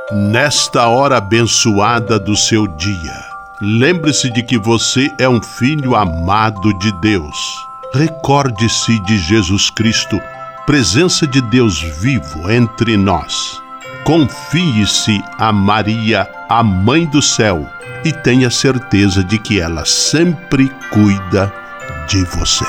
Nesta hora abençoada do seu dia, lembre-se de que você é um filho amado de Deus. Recorde-se de Jesus Cristo, presença de Deus vivo entre nós. Confie-se a Maria, a Mãe do Céu, e tenha certeza de que ela sempre cuida de você.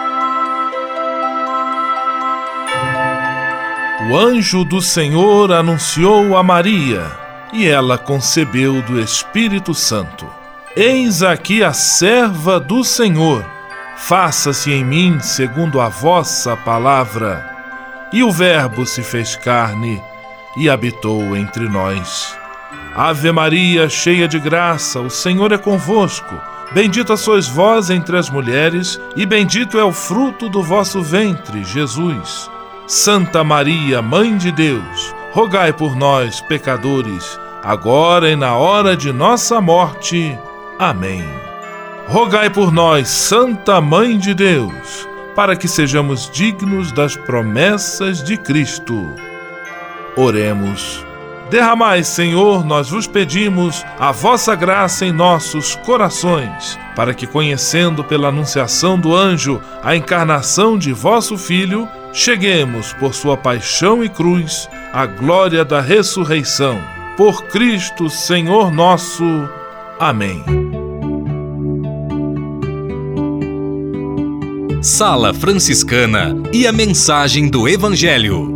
O anjo do Senhor anunciou a Maria, e ela concebeu do Espírito Santo. Eis aqui a serva do Senhor, faça-se em mim segundo a vossa palavra. E o Verbo se fez carne e habitou entre nós. Ave Maria, cheia de graça, o Senhor é convosco. Bendita sois vós entre as mulheres, e bendito é o fruto do vosso ventre, Jesus. Santa Maria, Mãe de Deus, rogai por nós, pecadores, agora e na hora de nossa morte. Amém. Rogai por nós, Santa Mãe de Deus, para que sejamos dignos das promessas de Cristo. Oremos. Derramai, Senhor, nós vos pedimos, a vossa graça em nossos corações, para que, conhecendo pela anunciação do anjo a encarnação de vosso Filho, cheguemos, por sua paixão e cruz, à glória da ressurreição. Por Cristo, Senhor nosso. Amém. Sala Franciscana e a mensagem do Evangelho.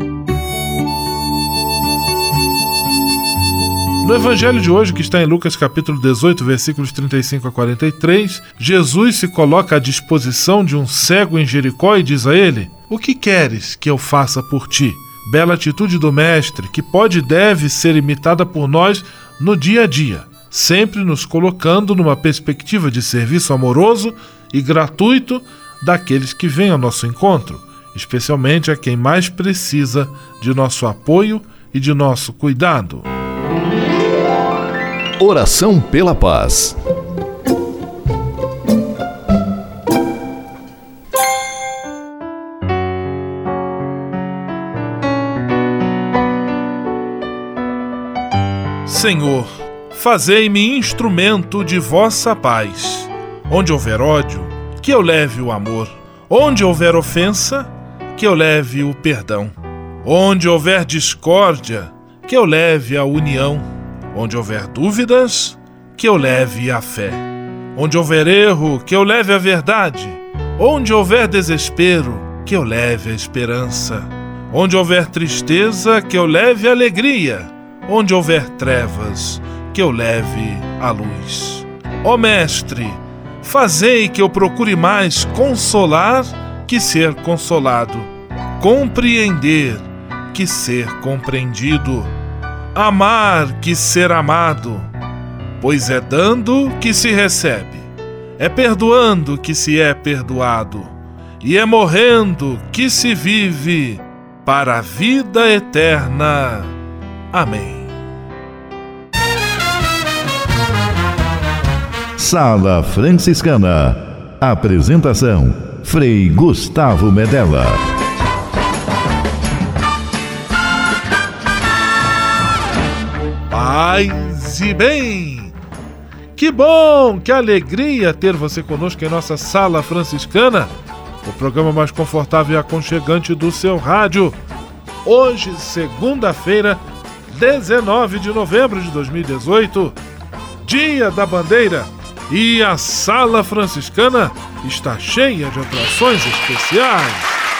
No Evangelho de hoje, que está em Lucas capítulo 18, versículos 35 a 43, Jesus se coloca à disposição de um cego em Jericó e diz a ele: "O que queres que eu faça por ti?" Bela atitude do Mestre, que pode e deve ser imitada por nós no dia a dia, sempre nos colocando numa perspectiva de serviço amoroso e gratuito daqueles que vêm ao nosso encontro, especialmente a quem mais precisa de nosso apoio e de nosso cuidado. Oração pela paz. Senhor, fazei-me instrumento de vossa paz. Onde houver ódio, que eu leve o amor. Onde houver ofensa, que eu leve o perdão. Onde houver discórdia, que eu leve a união. Onde houver dúvidas, que eu leve a fé. Onde houver erro, que eu leve a verdade. Onde houver desespero, que eu leve a esperança. Onde houver tristeza, que eu leve a alegria. Onde houver trevas, que eu leve a luz. Ó Mestre, fazei que eu procure mais consolar que ser consolado, compreender que ser compreendido, amar que ser amado, pois é dando que se recebe, é perdoando que se é perdoado, e é morrendo que se vive para a vida eterna. Amém. Sala Franciscana. Apresentação: Frei Gustavo Medella. Paz e bem! Que bom, que alegria ter você conosco em nossa Sala Franciscana, o programa mais confortável e aconchegante do seu rádio. Hoje, segunda-feira, 19 de novembro de 2018, Dia da Bandeira, e a Sala Franciscana está cheia de atrações especiais.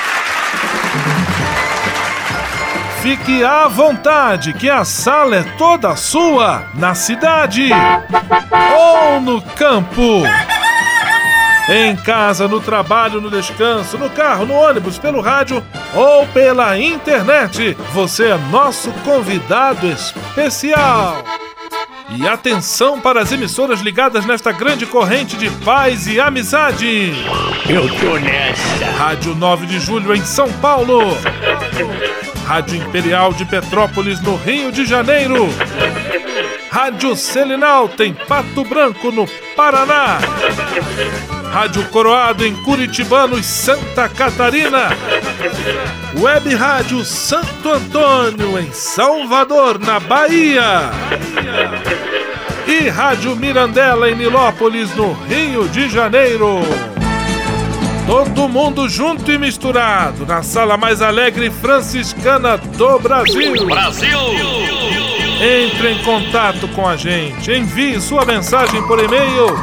Fique à vontade, que a sala é toda sua, na cidade ou no campo, em casa, no trabalho, no descanso, no carro, no ônibus, pelo rádio ou pela internet. Você é nosso convidado especial. E atenção para as emissoras ligadas nesta grande corrente de paz e amizade. Eu tô nessa. Rádio 9 de Julho em São Paulo. Rádio Imperial de Petrópolis no Rio de Janeiro. Rádio Selinalta em Pato Branco, no Paraná. Rádio Coroado em Curitibanos, Santa Catarina. Web Rádio Santo Antônio em Salvador, na Bahia. E Rádio Mirandela em Nilópolis, no Rio de Janeiro. Todo mundo junto e misturado na sala mais alegre franciscana do Brasil. Entre em contato com a gente. Envie sua mensagem por e-mail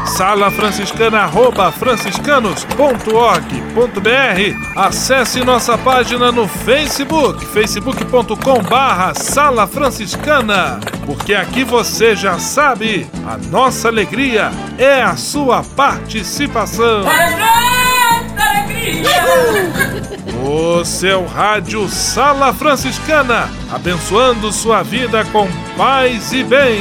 salafranciscana@franciscanos.org.br. Acesse nossa página no Facebook, facebook.com/Sala Franciscana. Porque aqui você já sabe, a nossa alegria é a sua participação. O seu rádio Sala Franciscana, abençoando sua vida com paz e bem.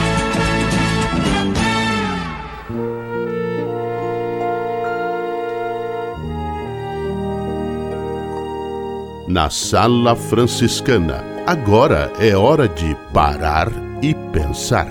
Na Sala Franciscana, agora é hora de parar e pensar.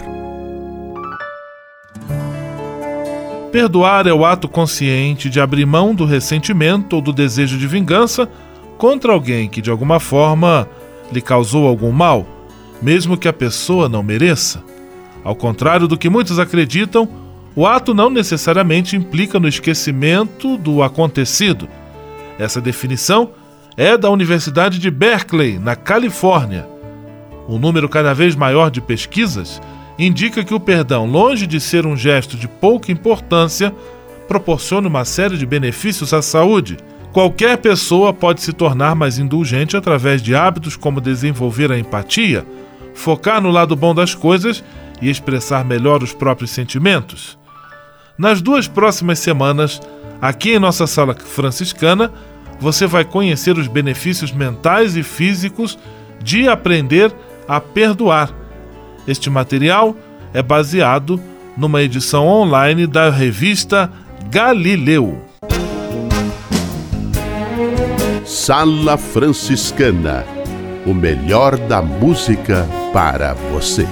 Perdoar é o ato consciente de abrir mão do ressentimento ou do desejo de vingança contra alguém que de alguma forma lhe causou algum mal, mesmo que a pessoa não mereça. Ao contrário do que muitos acreditam, o ato não necessariamente implica no esquecimento do acontecido. Essa definição é da Universidade de Berkeley, na Califórnia. Um número cada vez maior de pesquisas indica que o perdão, longe de ser um gesto de pouca importância, proporciona uma série de benefícios à saúde. Qualquer pessoa pode se tornar mais indulgente através de hábitos como desenvolver a empatia, focar no lado bom das coisas e expressar melhor os próprios sentimentos. Nas 2 próximas semanas, aqui em nossa Sala Franciscana, você vai conhecer os benefícios mentais e físicos de aprender a perdoar. Este material é baseado numa edição online da revista Galileu. Sala Franciscana, o melhor da música para você.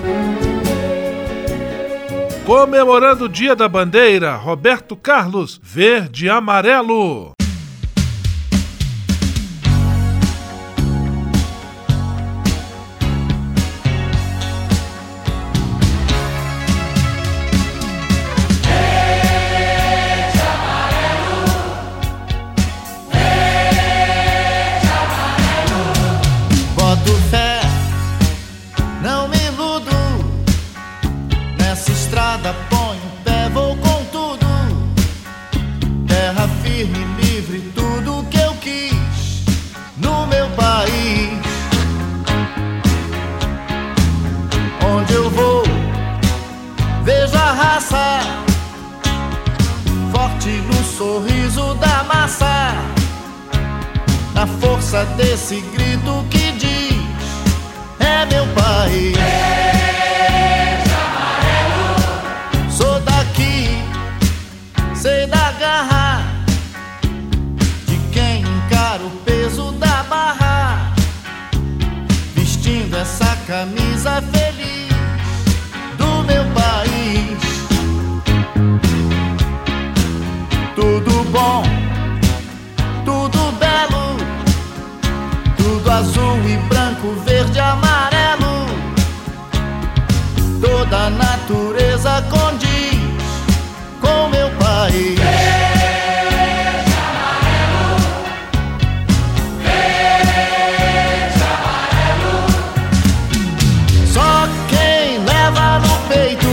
Comemorando o Dia da Bandeira, Roberto Carlos, Verde e Amarelo. Ponho o pé, vou com tudo. Terra firme, livre, tudo que eu quis no meu país. Onde eu vou, vejo a raça forte no sorriso da massa, na força desse grito que diz: é meu país. Sei da garra de quem encara o peso da barra, vestindo essa camisa feliz do meu país. Tudo bom, tudo belo, tudo azul e branco, verde e amarelo. Toda a natureza condiz com meu país. Verde, amarelo, verde, amarelo. Só quem leva no peito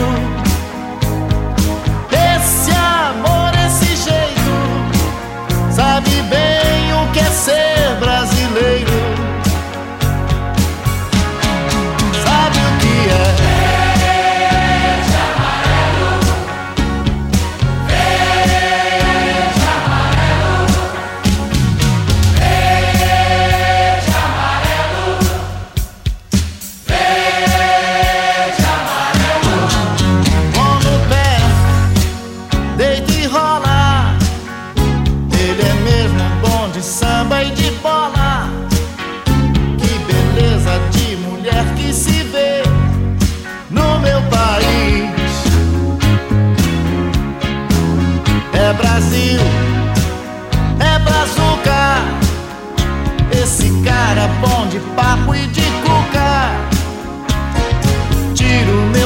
esse amor, esse jeito, sabe bem o que é ser brasileiro. Sabe o que é. Samba e de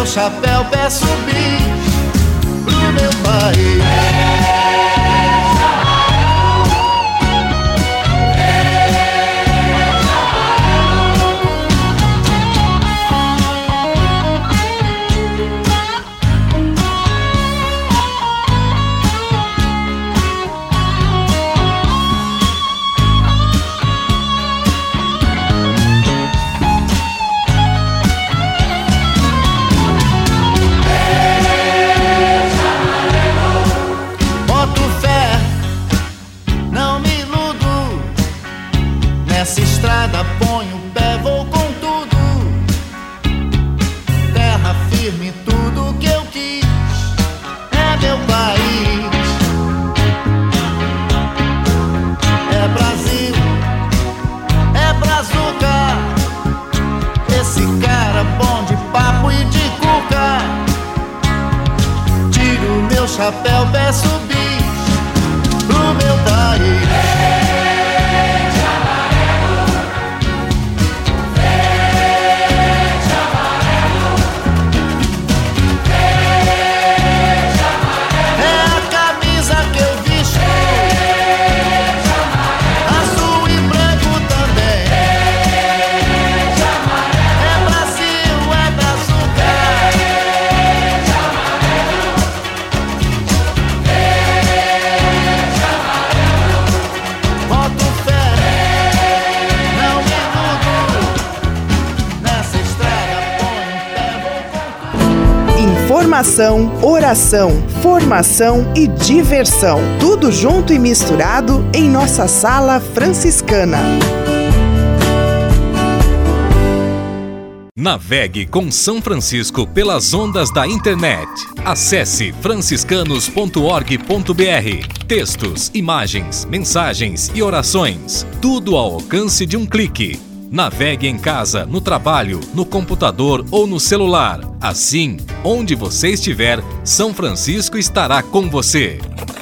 chapéu, peço bis pro meu país. Nessa estrada ponho o pé, vou com tudo. Terra firme, tudo que eu quis. É meu país. É Brasil, é brazuca. Esse cara bom de papo e de cuca. Tiro meu chapéu, peço bis pro meu país. Informação, oração, formação e diversão. Tudo junto e misturado em nossa sala franciscana. Navegue com São Francisco pelas ondas da internet. Acesse franciscanos.org.br. Textos, imagens, mensagens e orações. Tudo ao alcance de um clique. Navegue em casa, no trabalho, no computador ou no celular. Assim, onde você estiver, São Francisco estará com você.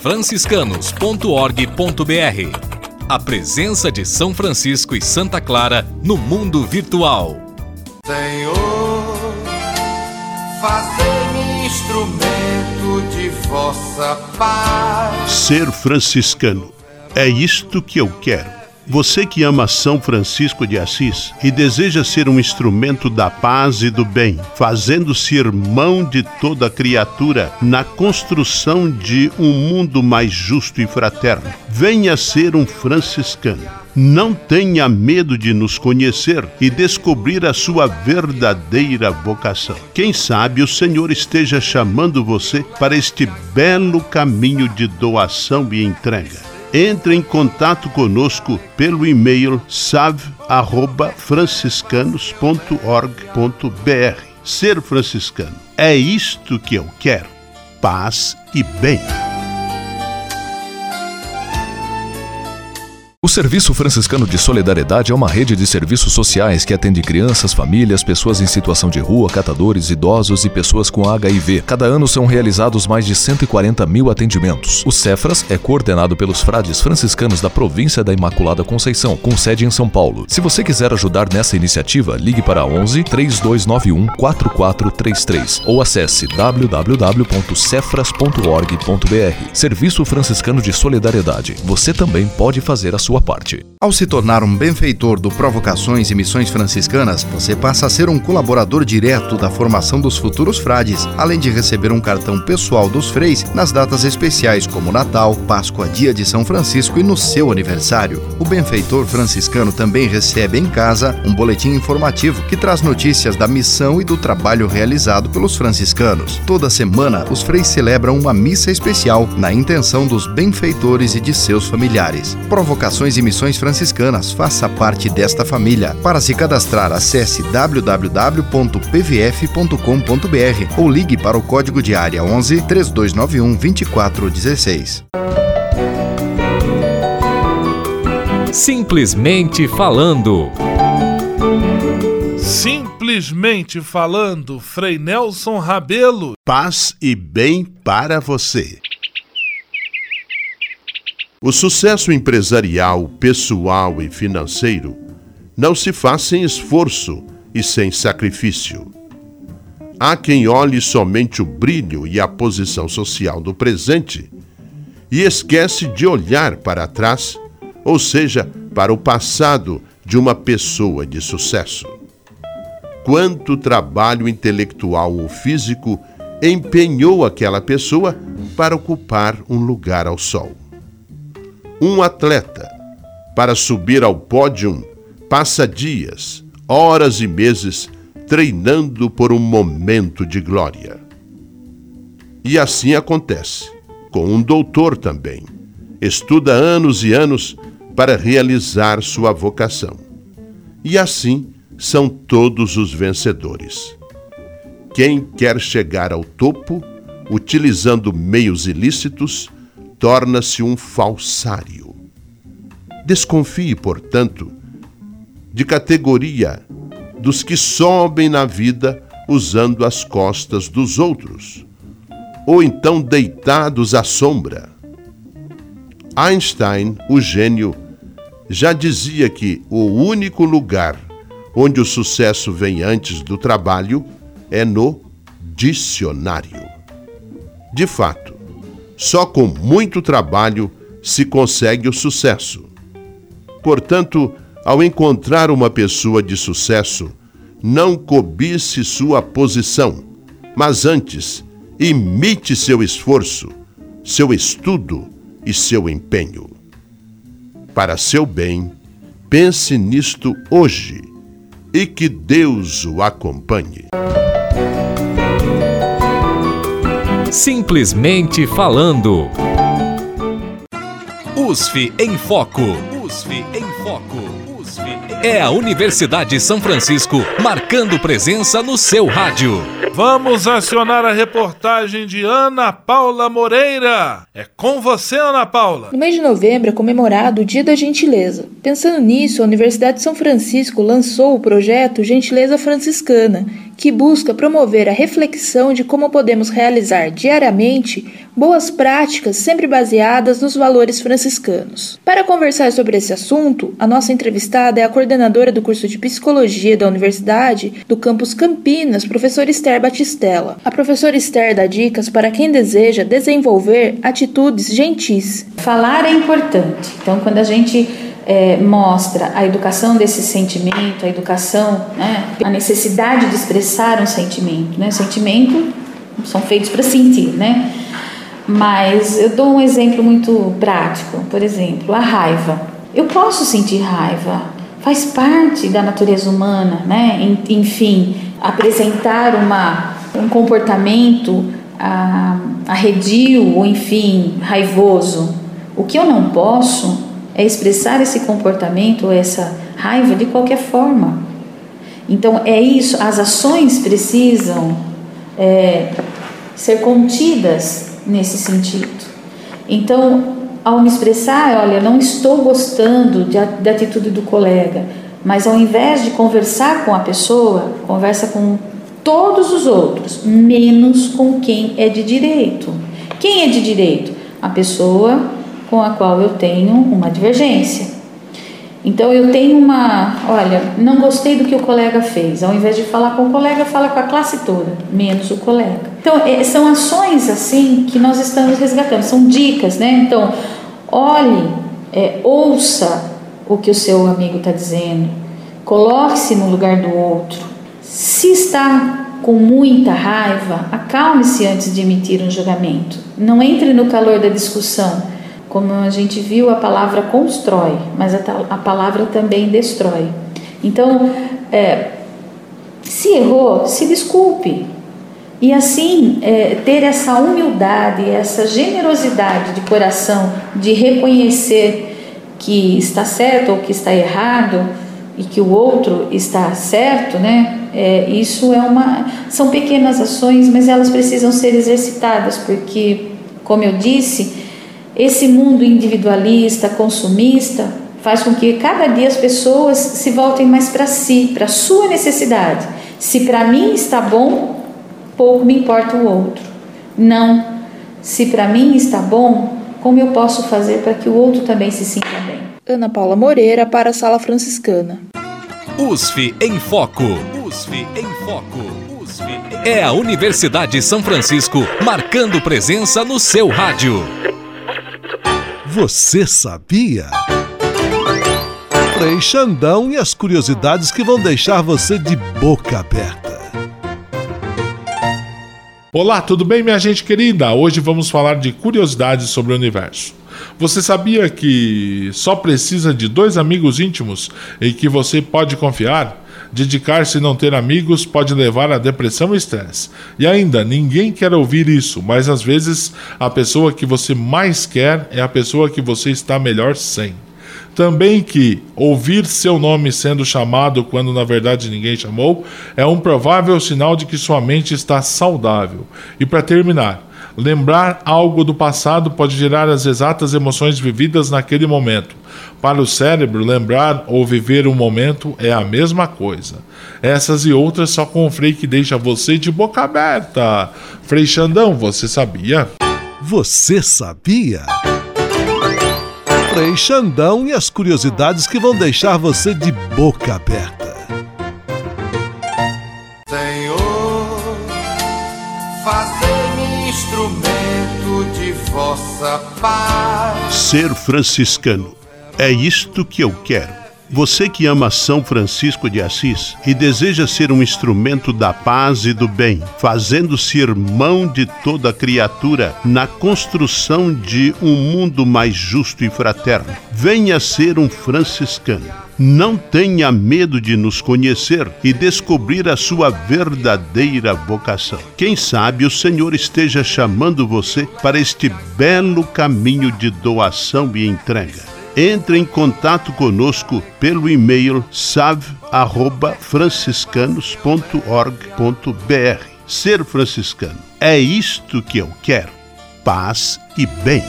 franciscanos.org.br. A presença de São Francisco e Santa Clara no mundo virtual. Senhor, fazei-me instrumento de vossa paz. Ser franciscano, é isto que eu quero. Você que ama São Francisco de Assis e deseja ser um instrumento da paz e do bem, fazendo-se irmão de toda criatura na construção de um mundo mais justo e fraterno, venha ser um franciscano. Não tenha medo de nos conhecer e descobrir a sua verdadeira vocação. Quem sabe o Senhor esteja chamando você para este belo caminho de doação e entrega. Entre em contato conosco pelo e-mail save@franciscanos.org.br. Ser franciscano, é isto que eu quero. Paz e bem. O Serviço Franciscano de Solidariedade é uma rede de serviços sociais que atende crianças, famílias, pessoas em situação de rua, catadores, idosos e pessoas com HIV. Cada ano são realizados mais de 140 mil atendimentos. O Cefras é coordenado pelos frades franciscanos da província da Imaculada Conceição, com sede em São Paulo. Se você quiser ajudar nessa iniciativa, ligue para 11 3291 4433 ou acesse www.cefras.org.br. Serviço Franciscano de Solidariedade. Você também pode fazer a sua parte. Ao se tornar um benfeitor do Provocações e Missões Franciscanas, você passa a ser um colaborador direto da formação dos futuros frades, além de receber um cartão pessoal dos freis nas datas especiais como Natal, Páscoa, Dia de São Francisco e no seu aniversário. O benfeitor franciscano também recebe em casa um boletim informativo que traz notícias da missão e do trabalho realizado pelos franciscanos. Toda semana, os freis celebram uma missa especial na intenção dos benfeitores e de seus familiares. Provocações e Missões Franciscanas, faça parte desta família. Para se cadastrar, acesse www.pvf.com.br ou ligue para o código de área 11 3291 2416. Simplesmente falando. Simplesmente falando, Frei Nelson Rabelo. Paz e bem para você. O sucesso empresarial, pessoal e financeiro não se faz sem esforço e sem sacrifício. Há quem olhe somente o brilho e a posição social do presente e esquece de olhar para trás, ou seja, para o passado de uma pessoa de sucesso. Quanto trabalho intelectual ou físico empenhou aquela pessoa para ocupar um lugar ao sol. Um atleta, para subir ao pódio, passa dias, horas e meses treinando por um momento de glória. E assim acontece com um doutor também. Estuda anos e anos para realizar sua vocação. E assim são todos os vencedores. Quem quer chegar ao topo, utilizando meios ilícitos, torna-se um falsário. Desconfie, portanto, de categoria dos que sobem na vida usando as costas dos outros, ou então deitados à sombra. Einstein, o gênio, já dizia que o único lugar onde o sucesso vem antes do trabalho é no dicionário. De fato, só com muito trabalho se consegue o sucesso. Portanto, ao encontrar uma pessoa de sucesso, não cobice sua posição, mas antes imite seu esforço, seu estudo e seu empenho. Para seu bem, pense nisto hoje e que Deus o acompanhe. Simplesmente falando. USF em Foco. USF em Foco. É a Universidade São Francisco marcando presença no seu rádio. Vamos acionar a reportagem de Ana Paula Moreira. É com você, Ana Paula. No mês de novembro é comemorado o Dia da Gentileza. Pensando nisso, a Universidade de São Francisco lançou o projeto Gentileza Franciscana, que busca promover a reflexão de como podemos realizar diariamente boas práticas sempre baseadas nos valores franciscanos. Para conversar sobre esse assunto, a nossa entrevistada é a coordenadora do curso de Psicologia da Universidade do campus Campinas, professora Esther Batistella. A professora Esther dá dicas para quem deseja desenvolver atitudes gentis. Falar é importante. Então, quando a gente mostra a educação desse sentimento, a educação, a necessidade de expressar um sentimento, né? Sentimentos são feitos para sentir, né? Mas eu dou um exemplo muito prático. Por exemplo, a raiva. Eu posso sentir raiva, faz parte da natureza humana, né? Enfim, apresentar um comportamento arredio ou, enfim, raivoso. O que eu não posso é expressar esse comportamento ou essa raiva de qualquer forma. Então, é isso, as ações precisam ser contidas nesse sentido. Então, ao me expressar, olha, não estou gostando da atitude do colega, mas ao invés de conversar com a pessoa, conversa com todos os outros, menos com quem é de direito. Quem é de direito? A pessoa com a qual eu tenho uma divergência. Então eu tenho olha, não gostei do que o colega fez. Ao invés de falar com o colega, fala com a classe toda, menos o colega. Então são ações assim que nós estamos resgatando, são dicas, né? Então, olhe, ouça o que o seu amigo está dizendo, coloque-se no lugar do outro. Se está com muita raiva, acalme-se antes de emitir um julgamento. Não entre no calor da discussão. Como a gente viu, a palavra constrói, mas a palavra também destrói. Então, se errou, se desculpe. E assim, ter essa humildade, essa generosidade de coração, de reconhecer que está certo ou que está errado e que o outro está certo, né? Isso são pequenas ações, mas elas precisam ser exercitadas, porque, como eu disse, esse mundo individualista, consumista, faz com que cada dia as pessoas se voltem mais para si, para a sua necessidade. Se para mim está bom, pouco me importa o outro. Não. Se para mim está bom, como eu posso fazer para que o outro também se sinta bem? Ana Paula Moreira para a Sala Franciscana. USF em Foco. USF em Foco. É a Universidade São Francisco marcando presença no seu rádio. Você sabia? Frei Xandão e as curiosidades que vão deixar você de boca aberta. Olá, tudo bem, minha gente querida? Hoje vamos falar de curiosidades sobre o universo. Você sabia que só precisa de 2 amigos íntimos em que você pode confiar? Dedicar-se e não ter amigos pode levar à depressão e estresse. E ainda, ninguém quer ouvir isso, mas às vezes a pessoa que você mais quer é a pessoa que você está melhor sem. Também que ouvir seu nome sendo chamado quando na verdade ninguém chamou é um provável sinal de que sua mente está saudável. E para terminar, lembrar algo do passado pode gerar as exatas emoções vividas naquele momento. Para o cérebro, lembrar ou viver um momento é a mesma coisa. Essas e outras só com o Frei que deixa você de boca aberta. Frei Xandão, você sabia? Você sabia? Frei Xandão e as curiosidades que vão deixar você de boca aberta. Senhor, fazei-me instrumento de vossa paz. Ser franciscano. É isto que eu quero. Você que ama São Francisco de Assis e deseja ser um instrumento da paz e do bem, fazendo-se irmão de toda criatura na construção de um mundo mais justo e fraterno, venha ser um franciscano. Não tenha medo de nos conhecer e descobrir a sua verdadeira vocação. Quem sabe o Senhor esteja chamando você para este belo caminho de doação e entrega. Entre em contato conosco pelo e-mail save@franciscanos.org.br. Ser franciscano. É isto que eu quero. Paz e bem.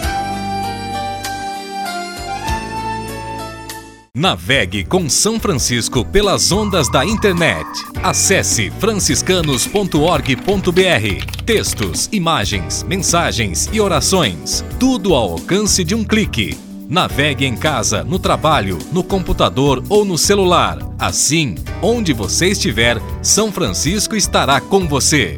Navegue com São Francisco pelas ondas da internet. Acesse franciscanos.org.br. Textos, imagens, mensagens e orações. Tudo ao alcance de um clique. Navegue em casa, no trabalho, no computador ou no celular. Assim, onde você estiver, São Francisco estará com você.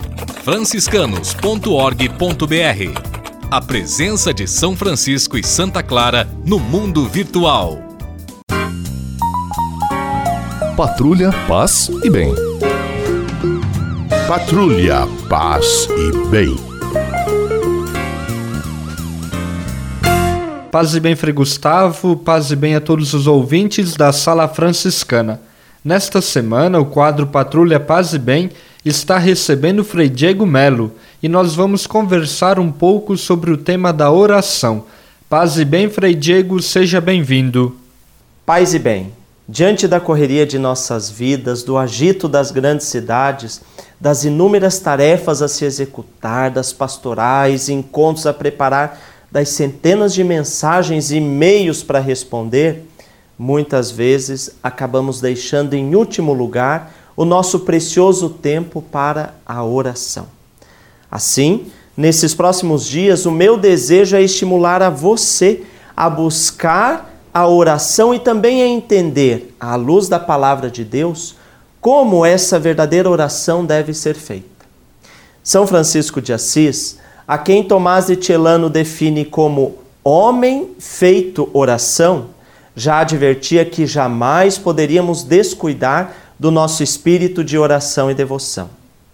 franciscanos.org.br. A presença de São Francisco e Santa Clara no mundo virtual. Patrulha, paz e bem. Patrulha, paz e bem. Paz e bem, Frei Gustavo, paz e bem a todos os ouvintes da Sala Franciscana. Nesta semana, o quadro Patrulha Paz e Bem está recebendo o Frei Diego Melo e nós vamos conversar um pouco sobre o tema da oração. Paz e bem, Frei Diego, seja bem-vindo. Paz e bem. Diante da correria de nossas vidas, do agito das grandes cidades, das inúmeras tarefas a se executar, das pastorais, encontros a preparar, das centenas de mensagens e e-mails para responder, muitas vezes acabamos deixando em último lugar o nosso precioso tempo para a oração. Assim, nesses próximos dias, o meu desejo é estimular a você a buscar a oração e também a entender, à luz da palavra de Deus, como essa verdadeira oração deve ser feita. São Francisco de Assis, a quem Tomás de Celano define como homem feito oração, já advertia que jamais poderíamos descuidar do nosso espírito de oração e devoção.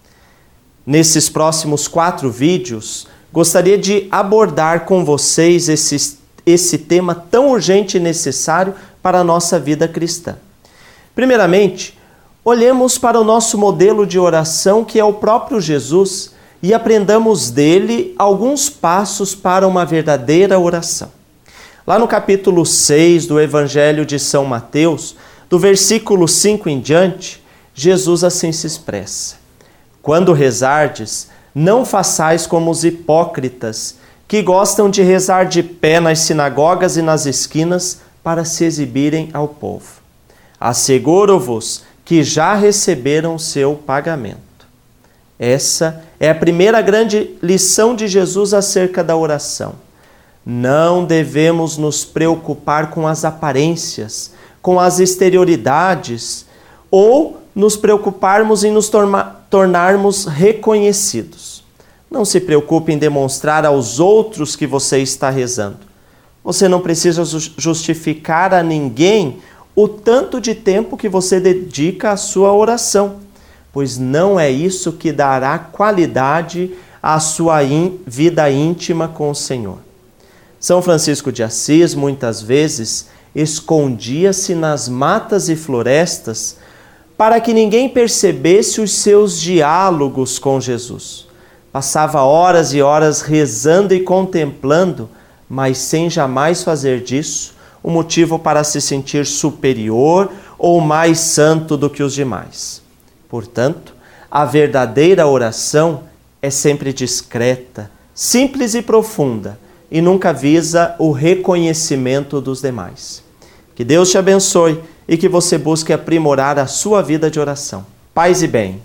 Nesses próximos 4 vídeos, gostaria de abordar com vocês esse tema tão urgente e necessário para a nossa vida cristã. Primeiramente, olhemos para o nosso modelo de oração, que é o próprio Jesus, e aprendamos dele alguns passos para uma verdadeira oração. Lá no capítulo 6 do Evangelho de São Mateus, do versículo 5 em diante, Jesus assim se expressa: quando rezardes, não façais como os hipócritas, que gostam de rezar de pé nas sinagogas e nas esquinas para se exibirem ao povo. Asseguro-vos que já receberam o seu pagamento. Essa é a primeira grande lição de Jesus acerca da oração. Não devemos nos preocupar com as aparências, com as exterioridades, ou nos preocuparmos em nos tornarmos reconhecidos. Não se preocupe em demonstrar aos outros que você está rezando. Você não precisa justificar a ninguém o tanto de tempo que você dedica à sua oração, pois não é isso que dará qualidade à sua vida íntima com o Senhor. São Francisco de Assis, muitas vezes, escondia-se nas matas e florestas para que ninguém percebesse os seus diálogos com Jesus. Passava horas e horas rezando e contemplando, mas sem jamais fazer disso um motivo para se sentir superior ou mais santo do que os demais. Portanto, a verdadeira oração é sempre discreta, simples e profunda, e nunca visa o reconhecimento dos demais. Que Deus te abençoe e que você busque aprimorar a sua vida de oração. Paz e bem.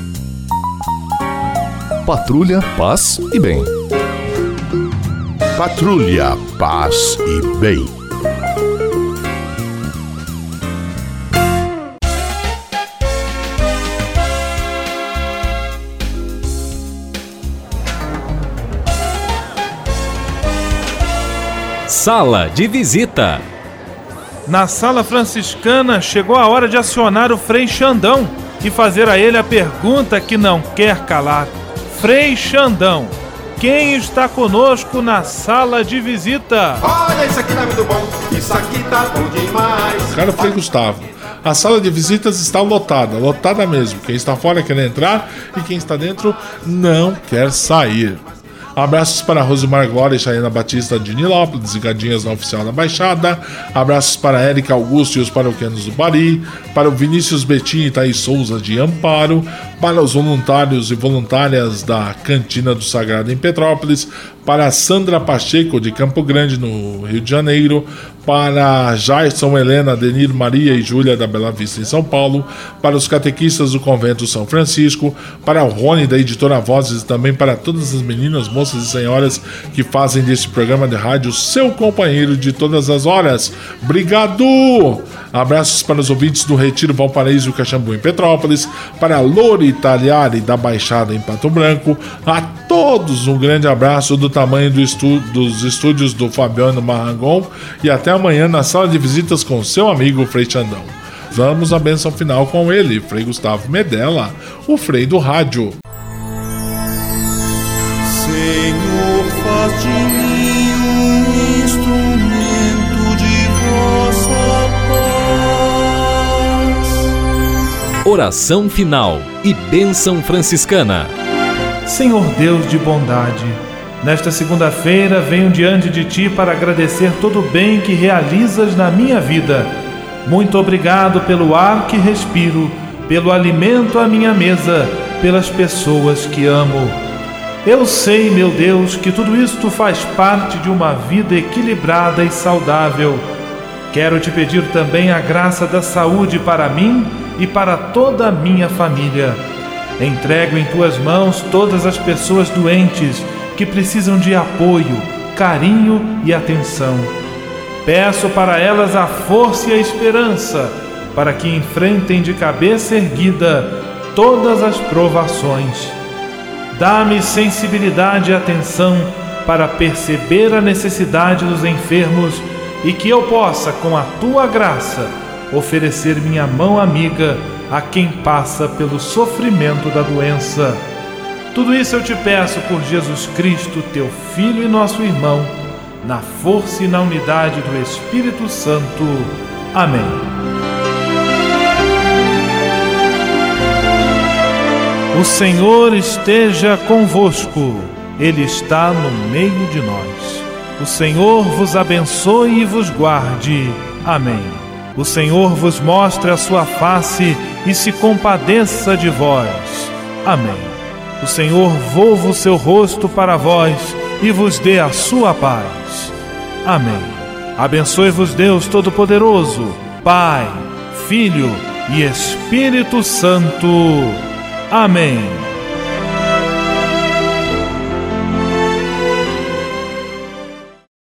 Patrulha, paz e bem. Patrulha, paz e bem. Sala de visita. Na sala franciscana chegou a hora de acionar o Frei Xandão e fazer a ele a pergunta que não quer calar. Frei Xandão, quem está conosco na sala de visita? Olha, isso aqui tá muito bom, isso aqui tá bom demais. Caro Frei Gustavo, a sala de visitas está lotada mesmo. Quem está fora quer entrar e quem está dentro não quer sair. Abraços para Rosimar Glória e Chayana Batista de Nilópolis, ligadinhas na oficial da Baixada. Abraços para Érica Augusto e os paroquianos do Bari, para o Vinícius Betim e Thaís Souza de Amparo, para os voluntários e voluntárias da Cantina do Sagrado em Petrópolis, para Sandra Pacheco de Campo Grande, no Rio de Janeiro, para Jairson, Helena, Denir, Maria e Júlia da Bela Vista em São Paulo, para os catequistas do Convento São Francisco, para o Rony da Editora Vozes e também para todas as meninas, moças e senhoras que fazem desse programa de rádio seu companheiro de todas as horas. Obrigado! Abraços para os ouvintes do Retiro Valparaíso e Caxambu em Petrópolis, para Lori Tagliari da Baixada em Pato Branco. A todos um grande abraço do tamanho dos estúdios do Fabiano Marrangon e até amanhã na sala de visitas com seu amigo Frei Xandão. Vamos à bênção final com ele, Frei Gustavo Medella, o Frei do Rádio. Senhor, faz de mim um instrumento de vossa paz. Oração final e bênção franciscana. Senhor Deus de bondade, nesta segunda-feira venho diante de Ti para agradecer todo o bem que realizas na minha vida. Muito obrigado pelo ar que respiro, pelo alimento à minha mesa, pelas pessoas que amo. Eu sei, meu Deus, que tudo isto faz parte de uma vida equilibrada e saudável. Quero Te pedir também a graça da saúde para mim e para toda a minha família. Entrego em Tuas mãos todas as pessoas doentes que precisam de apoio, carinho e atenção. Peço para elas a força e a esperança para que enfrentem de cabeça erguida todas as provações. Dá-me sensibilidade e atenção para perceber a necessidade dos enfermos e que eu possa, com a Tua graça, oferecer minha mão amiga a quem passa pelo sofrimento da doença. Tudo isso eu te peço por Jesus Cristo, Teu Filho e nosso irmão, na força e na unidade do Espírito Santo. Amém. O Senhor esteja convosco, Ele está no meio de nós. O Senhor vos abençoe e vos guarde. Amém. O Senhor vos mostre a sua face e se compadeça de vós. Amém. O Senhor volva o seu rosto para vós e vos dê a sua paz. Amém. Abençoe-vos Deus Todo-Poderoso, Pai, Filho e Espírito Santo. Amém.